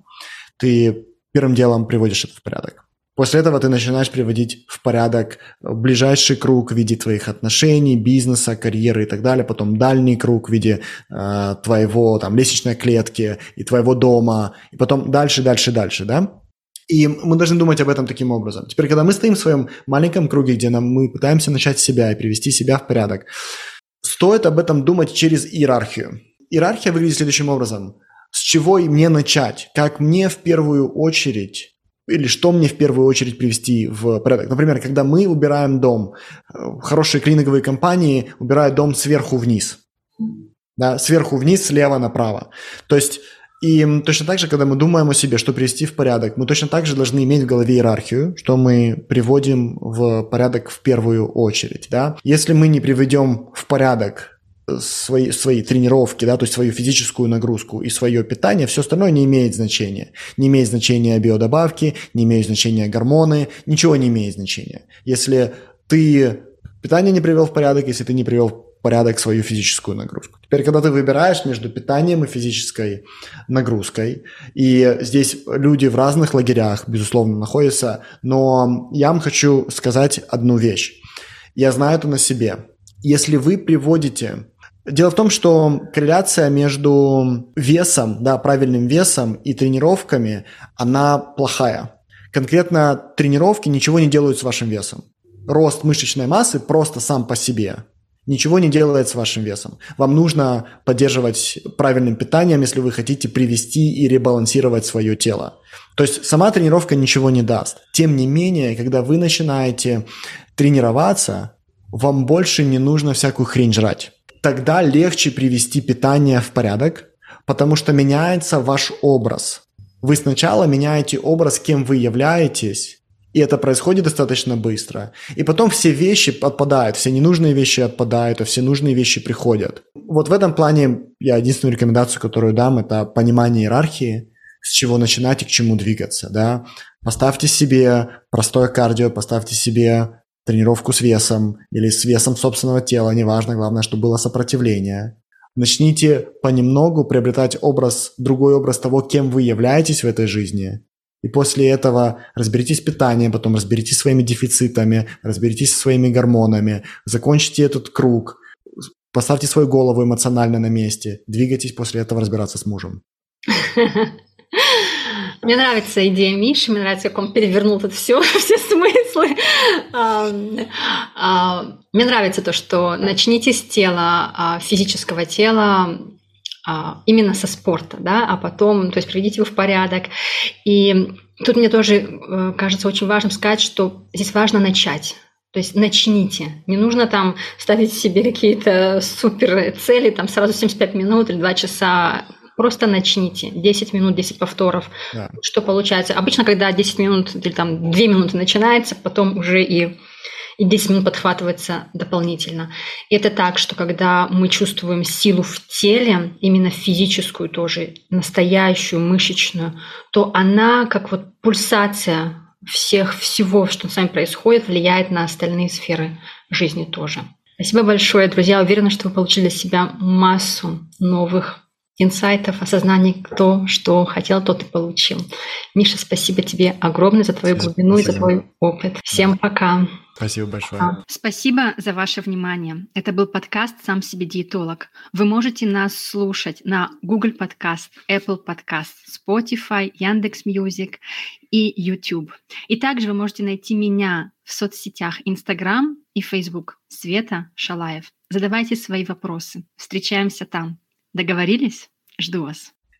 Speaker 2: Ты первым делом приводишь это в порядок. После этого ты начинаешь приводить в порядок ближайший круг в виде твоих отношений, бизнеса, карьеры и так далее, потом дальний круг в виде твоего там лестничной клетки и твоего дома, и потом дальше, да? И мы должны думать об этом таким образом. Теперь, когда мы стоим в своем маленьком круге, где мы пытаемся начать себя и привести себя в порядок, стоит об этом думать через иерархию. Иерархия выглядит следующим образом. С чего мне начать? Как мне в первую очередь, или что мне в первую очередь привести в порядок? Например, когда мы убираем дом, хорошие клининговые компании убирают дом сверху вниз. Да, сверху вниз, слева направо. То есть, и точно так же, когда мы думаем о себе, что привести в порядок, мы точно так же должны иметь в голове иерархию, что мы приводим в порядок в первую очередь. Да? Если мы не приведем в порядок свои тренировки, да, то есть свою физическую нагрузку и свое питание, все остальное не имеет значения. Не имеет значения биодобавки, не имеют значения гормоны, ничего не имеет значения. Если ты питание не привел в порядок, если ты не привел в порядок свою физическую нагрузку. Теперь, когда ты выбираешь между питанием и физической нагрузкой, и здесь люди в разных лагерях, безусловно, находятся, но я вам хочу сказать одну вещь. Я знаю это на себе. Если вы приводите... Дело в том, что корреляция между весом, да, правильным весом и тренировками, она плохая. Конкретно тренировки ничего не делают с вашим весом. Рост мышечной массы просто сам по себе ничего не делает с вашим весом. Вам нужно поддерживать правильным питанием, если вы хотите привести и ребалансировать свое тело. То есть сама тренировка ничего не даст. Тем не менее, когда вы начинаете тренироваться, вам больше не нужно всякую хрень жрать. Тогда легче привести питание в порядок, потому что меняется ваш образ. Вы сначала меняете образ, кем вы являетесь, и это происходит достаточно быстро. И потом все вещи отпадают, все ненужные вещи отпадают, а все нужные вещи приходят. Вот в этом плане я единственную рекомендацию, которую дам, это понимание иерархии, с чего начинать и к чему двигаться. Да? Поставьте себе простое кардио, поставьте себе тренировку с весом или с весом собственного тела, неважно, главное, чтобы было сопротивление. Начните понемногу приобретать другой образ того, кем вы являетесь в этой жизни. И после этого разберитесь с питанием, потом разберитесь со своими дефицитами, разберитесь со своими гормонами, закончите этот круг, поставьте свою голову эмоционально на месте, двигайтесь после этого разбираться с мужем.
Speaker 1: Мне нравится идея Миши, мне нравится, как он перевернул тут все смыслы. Мне нравится то, что начните с тела, физического тела, именно со спорта, да, а потом, то есть приведите его в порядок. И тут мне тоже кажется очень важным сказать, что здесь важно начать. То есть начните. Не нужно там ставить себе какие-то супер цели, там сразу 75 минут или 2 часа. Просто начните. 10 минут, 10 повторов. Да. Что получается? Обычно, когда 10 минут или там 2 минуты начинается, потом уже и 10 минут подхватывается дополнительно. И это так, что когда мы чувствуем силу в теле, именно физическую тоже, настоящую, мышечную, то она, как вот пульсация всего, что с вами происходит, влияет на остальные сферы жизни тоже. Спасибо большое, друзья. Уверена, что вы получили для себя массу новых инсайтов, осознаний, кто что хотел, тот и получил. Миша, спасибо тебе огромное за твою глубину и за твой опыт. Всем пока.
Speaker 2: Спасибо большое.
Speaker 1: Спасибо за ваше внимание. Это был подкаст «Сам себе диетолог». Вы можете нас слушать на Google Podcast, Apple Podcast, Spotify, Яндекс.Мьюзик и YouTube. И также вы можете найти меня в соцсетях Instagram и Facebook. Света Шалаев. Задавайте свои вопросы. Встречаемся там. Договорились? Жду вас.